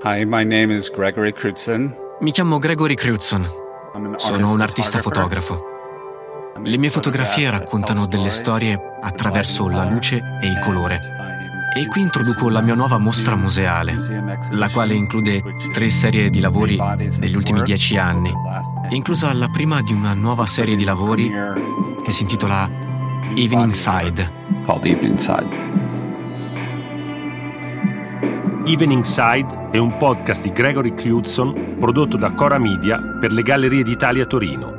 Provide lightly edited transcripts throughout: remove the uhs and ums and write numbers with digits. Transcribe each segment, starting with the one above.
Hi, my name is Gregory Crutzen. Mi chiamo Gregory Crutzen. Sono un artista fotografo. Le mie fotografie raccontano delle storie attraverso la luce e il colore. E qui introduco la mia nuova mostra museale, la quale include 3 serie di lavori degli ultimi 10 anni, inclusa la prima di una nuova serie di lavori che si intitola Evening Side. Evening Side è un podcast di Gregory Crutzen prodotto da Cora Media per le Gallerie d'Italia Torino.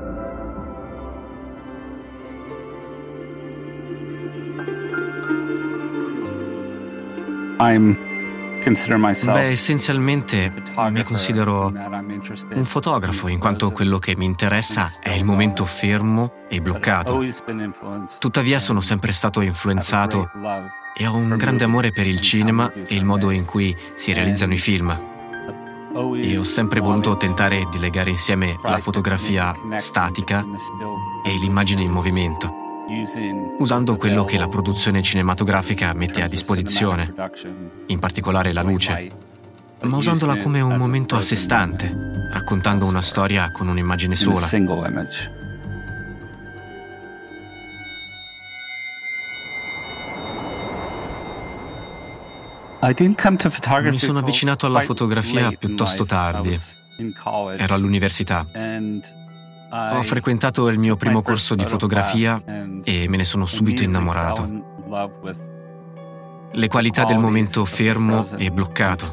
Essenzialmente mi considero un fotografo, in quanto quello che mi interessa è il momento fermo e bloccato. Tuttavia sono sempre stato influenzato e ho un grande amore per il cinema e il modo in cui si realizzano i film. E ho sempre voluto tentare di legare insieme la fotografia statica e l'immagine in movimento, usando quello che la produzione cinematografica mette a disposizione, in particolare la luce, ma usandola come un momento a sé stante, raccontando una storia con un'immagine sola. Mi sono avvicinato alla fotografia piuttosto tardi. Ero all'università. Ho frequentato il mio primo corso di fotografia e me ne sono subito innamorato. Le qualità del momento fermo e bloccato.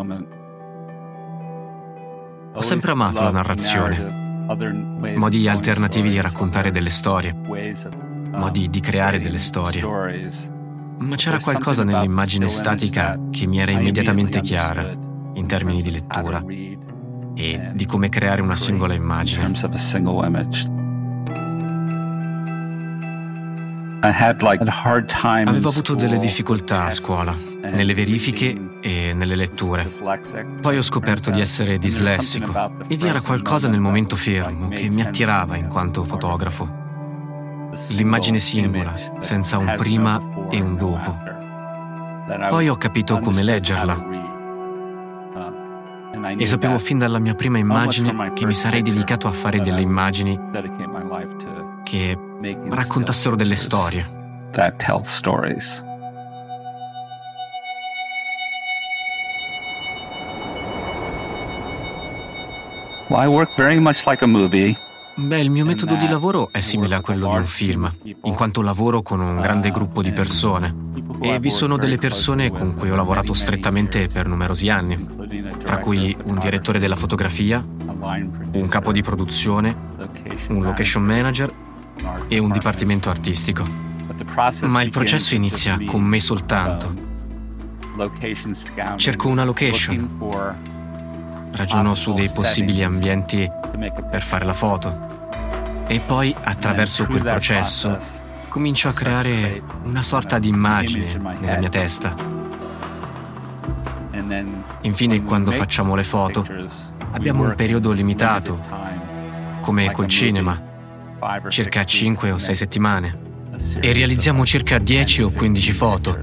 Ho sempre amato la narrazione, modi alternativi di raccontare delle storie, modi di creare delle storie. Ma c'era qualcosa nell'immagine statica che mi era immediatamente chiara, in termini di lettura e di come creare una singola immagine. Avevo avuto delle difficoltà a scuola, nelle verifiche e nelle letture. Poi ho scoperto di essere dislessico e vi era qualcosa nel momento fermo che mi attirava in quanto fotografo. L'immagine singola, senza un prima e un dopo. Poi ho capito come leggerla. E sapevo fin dalla mia prima immagine che mi sarei dedicato a fare delle immagini che raccontassero delle storie. I work very much like a movie. Il mio metodo di lavoro è simile a quello di un film, in quanto lavoro con un grande gruppo di persone. E vi sono delle persone con cui ho lavorato strettamente per numerosi anni, tra cui un direttore della fotografia, un capo di produzione, un location manager e un dipartimento artistico. Ma il processo inizia con me soltanto. Cerco una location. Ragiono su dei possibili ambienti per fare la foto e poi, attraverso quel processo, comincio a creare una sorta di immagine nella mia testa. Infine, quando facciamo le foto, abbiamo un periodo limitato, come col cinema, circa 5 o 6 settimane, e realizziamo circa 10 o 15 foto.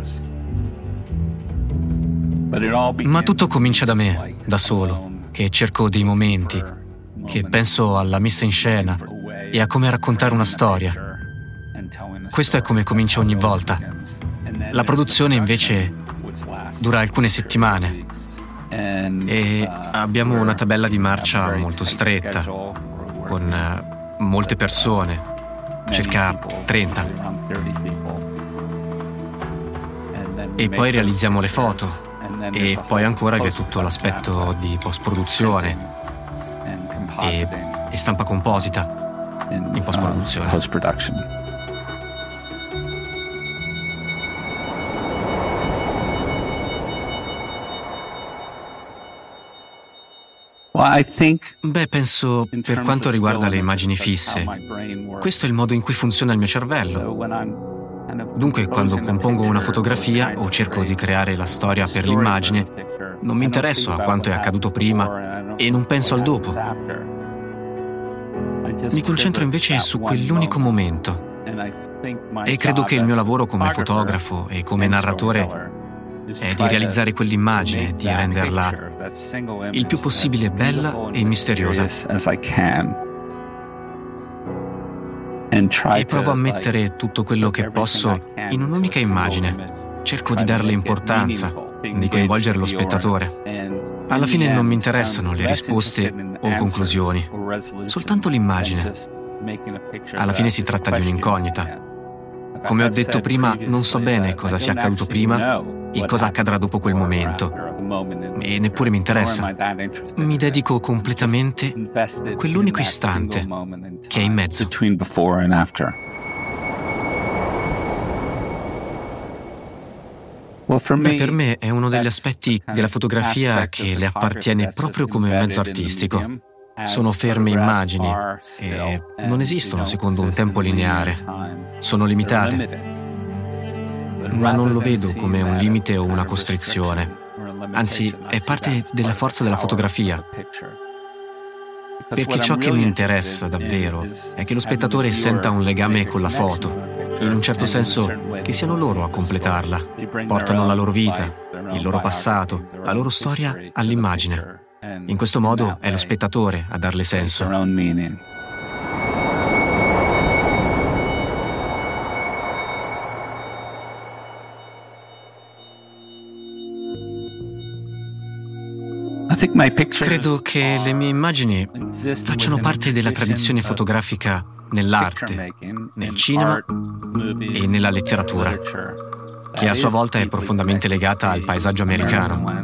Ma tutto comincia da me, da solo, che cerco dei momenti, che penso alla messa in scena e a come raccontare una storia. Questo è come comincia ogni volta. La produzione invece dura alcune settimane e abbiamo una tabella di marcia molto stretta, con molte persone, circa 30. E poi realizziamo le foto. E poi ancora vi è tutto l'aspetto di post-produzione e stampa composita in post-produzione. Penso, per quanto riguarda le immagini fisse, questo è il modo in cui funziona il mio cervello. Dunque, quando compongo una fotografia o cerco di creare la storia per l'immagine, non mi interesso a quanto è accaduto prima e non penso al dopo. Mi concentro invece su quell'unico momento e credo che il mio lavoro come fotografo e come narratore è di realizzare quell'immagine, di renderla il più possibile bella e misteriosa. E provo a mettere tutto quello che posso in un'unica immagine. Cerco di darle importanza, di coinvolgere lo spettatore. Alla fine non mi interessano le risposte o conclusioni, soltanto l'immagine. Alla fine si tratta di un'incognita. Come ho detto prima, non so bene cosa sia accaduto prima e cosa accadrà dopo quel momento. E neppure mi interessa. Mi dedico completamente a quell'unico istante che è in mezzo. Per me è uno degli aspetti della fotografia che le appartiene proprio come mezzo artistico. Sono ferme immagini e non esistono secondo un tempo lineare. Sono limitate. Ma non lo vedo come un limite o una costrizione. Anzi, è parte della forza della fotografia. Perché ciò che mi interessa davvero è che lo spettatore senta un legame con la foto. In un certo senso, che siano loro a completarla. Portano la loro vita, il loro passato, la loro storia all'immagine. In questo modo è lo spettatore a darle senso. Credo che le mie immagini facciano parte della tradizione fotografica nell'arte, nel cinema e nella letteratura, che a sua volta è profondamente legata al paesaggio americano.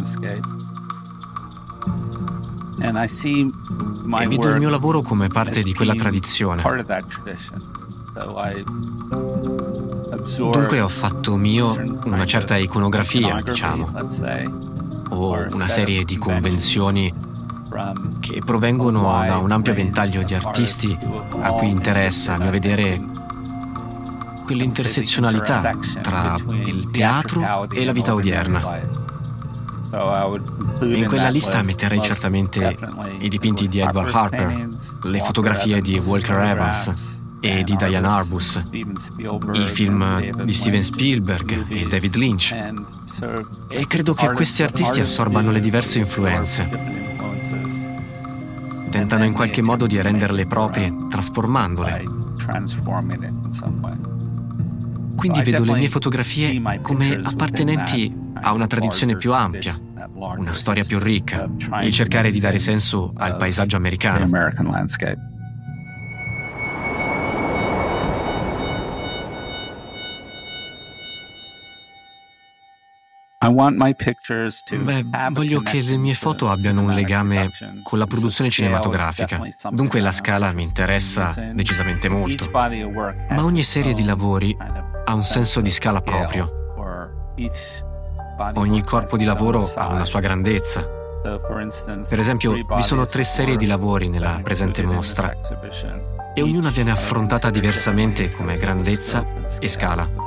E vedo il mio lavoro come parte di quella tradizione. Dunque ho fatto mio una certa iconografia, diciamo, o una serie di convenzioni che provengono da un ampio ventaglio di artisti a cui interessa, a mio vedere, quell'intersezionalità tra il teatro e la vita odierna. In quella lista metterei certamente i dipinti di Edward Harper, le fotografie di Walker Evans e di Diane Arbus, i film di Steven Spielberg e David Lynch. E credo che questi artisti assorbano le diverse influenze. Tentano in qualche modo di renderle proprie, trasformandole. Quindi vedo le mie fotografie come appartenenti a una tradizione più ampia, una storia più ricca, il cercare di dare senso al paesaggio americano. Voglio che le mie foto abbiano un legame con la produzione cinematografica. Dunque la scala mi interessa decisamente molto. Ma ogni serie di lavori ha un senso di scala proprio. Ogni corpo di lavoro ha una sua grandezza. Per esempio, vi sono 3 serie di lavori nella presente mostra e ognuna viene affrontata diversamente come grandezza e scala.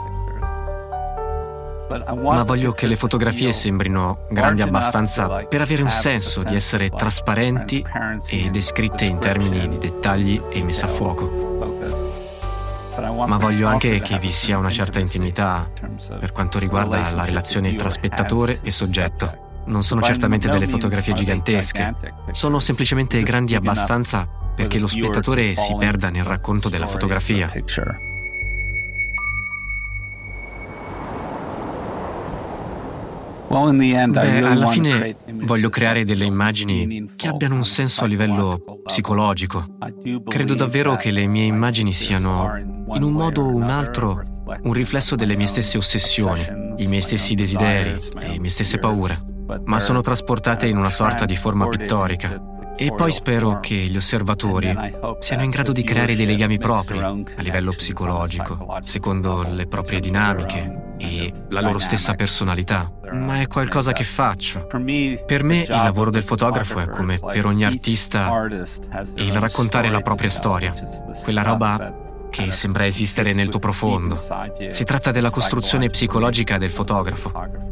Ma voglio che le fotografie sembrino grandi abbastanza per avere un senso di essere trasparenti e descritte in termini di dettagli e messa a fuoco. Ma voglio anche che vi sia una certa intimità per quanto riguarda la relazione tra spettatore e soggetto. Non sono certamente delle fotografie gigantesche, sono semplicemente grandi abbastanza perché lo spettatore si perda nel racconto della fotografia. Alla fine voglio creare delle immagini che abbiano un senso a livello psicologico. Credo davvero che le mie immagini siano, in un modo o un altro, un riflesso delle mie stesse ossessioni, i miei stessi desideri, le mie stesse paure, ma sono trasportate in una sorta di forma pittorica. E poi spero che gli osservatori siano in grado di creare dei legami propri a livello psicologico, secondo le proprie dinamiche e la loro stessa personalità. Ma è qualcosa che faccio. Per me il lavoro del fotografo è come per ogni artista il raccontare la propria storia, quella roba che sembra esistere nel tuo profondo. Si tratta della costruzione psicologica del fotografo.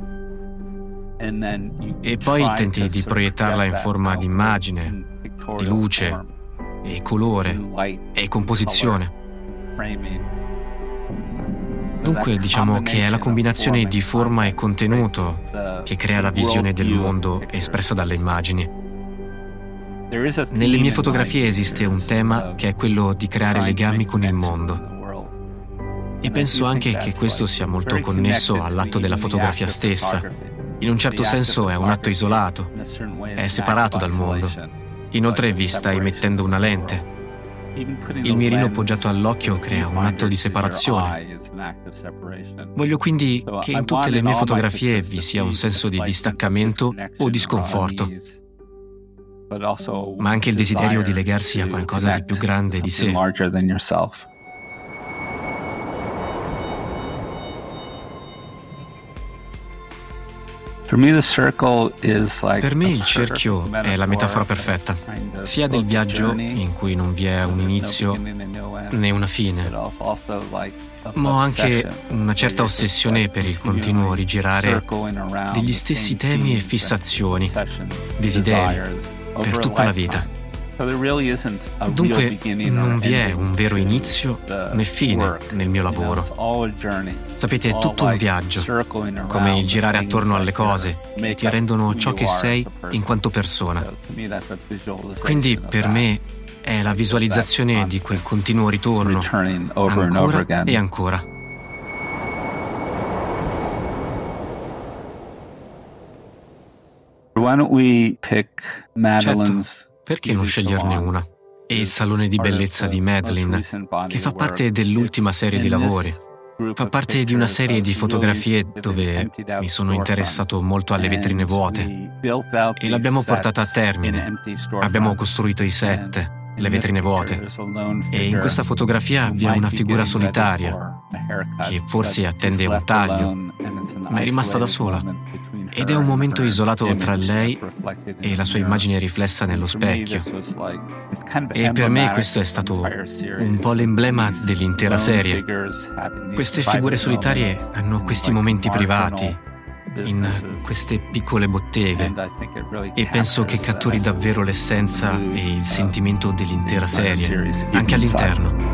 E poi tenti di proiettarla in forma di immagine, di luce, e colore, e composizione. Dunque diciamo che è la combinazione di forma e contenuto che crea la visione del mondo espressa dalle immagini. Nelle mie fotografie esiste un tema che è quello di creare legami con il mondo. E penso anche che questo sia molto connesso all'atto della fotografia stessa. In un certo senso è un atto isolato, è separato dal mondo. Inoltre vi stai mettendo una lente. Il mirino poggiato all'occhio crea un atto di separazione. Voglio quindi che in tutte le mie fotografie vi sia un senso di distaccamento o di sconforto, ma anche il desiderio di legarsi a qualcosa di più grande di sé. Per me il cerchio è la metafora perfetta, sia del viaggio in cui non vi è un inizio né una fine, ma ho anche una certa ossessione per il continuo rigirare degli stessi temi e fissazioni, desideri, per tutta la vita. Dunque non vi è un vero inizio né fine nel mio lavoro. Sapete, è tutto un viaggio, come il girare attorno alle cose che ti rendono ciò che sei in quanto persona. Quindi per me è la visualizzazione di quel continuo ritorno, ancora e ancora. Certo. Perché non sceglierne una? E il salone di bellezza di Madeleine, che fa parte dell'ultima serie di lavori. Fa parte di una serie di fotografie dove mi sono interessato molto alle vetrine vuote e l'abbiamo portata a termine. Abbiamo costruito i set, le vetrine vuote, e in questa fotografia vi è una figura solitaria che forse attende un taglio, ma è rimasta da sola. Ed è un momento isolato tra lei e la sua immagine riflessa nello specchio. E per me questo è stato un po' l'emblema dell'intera serie. Queste figure solitarie hanno questi momenti privati, in queste piccole botteghe, e penso che catturi davvero l'essenza e il sentimento dell'intera serie, anche all'interno.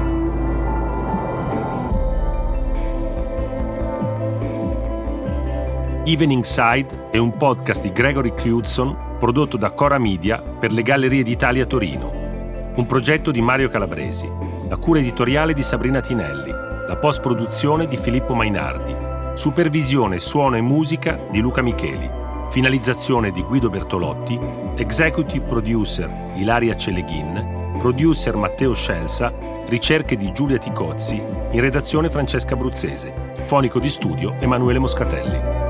Evening Side è un podcast di Gregory Knudson prodotto da Cora Media per le Gallerie d'Italia Torino. Un progetto di Mario Calabresi, la cura editoriale di Sabrina Tinelli, la post-produzione di Filippo Mainardi, supervisione, suono e musica di Luca Micheli, finalizzazione di Guido Bertolotti, executive producer Ilaria Celeghin, producer Matteo Scelsa, ricerche di Giulia Ticozzi, in redazione Francesca Bruzzese, fonico di studio Emanuele Moscatelli.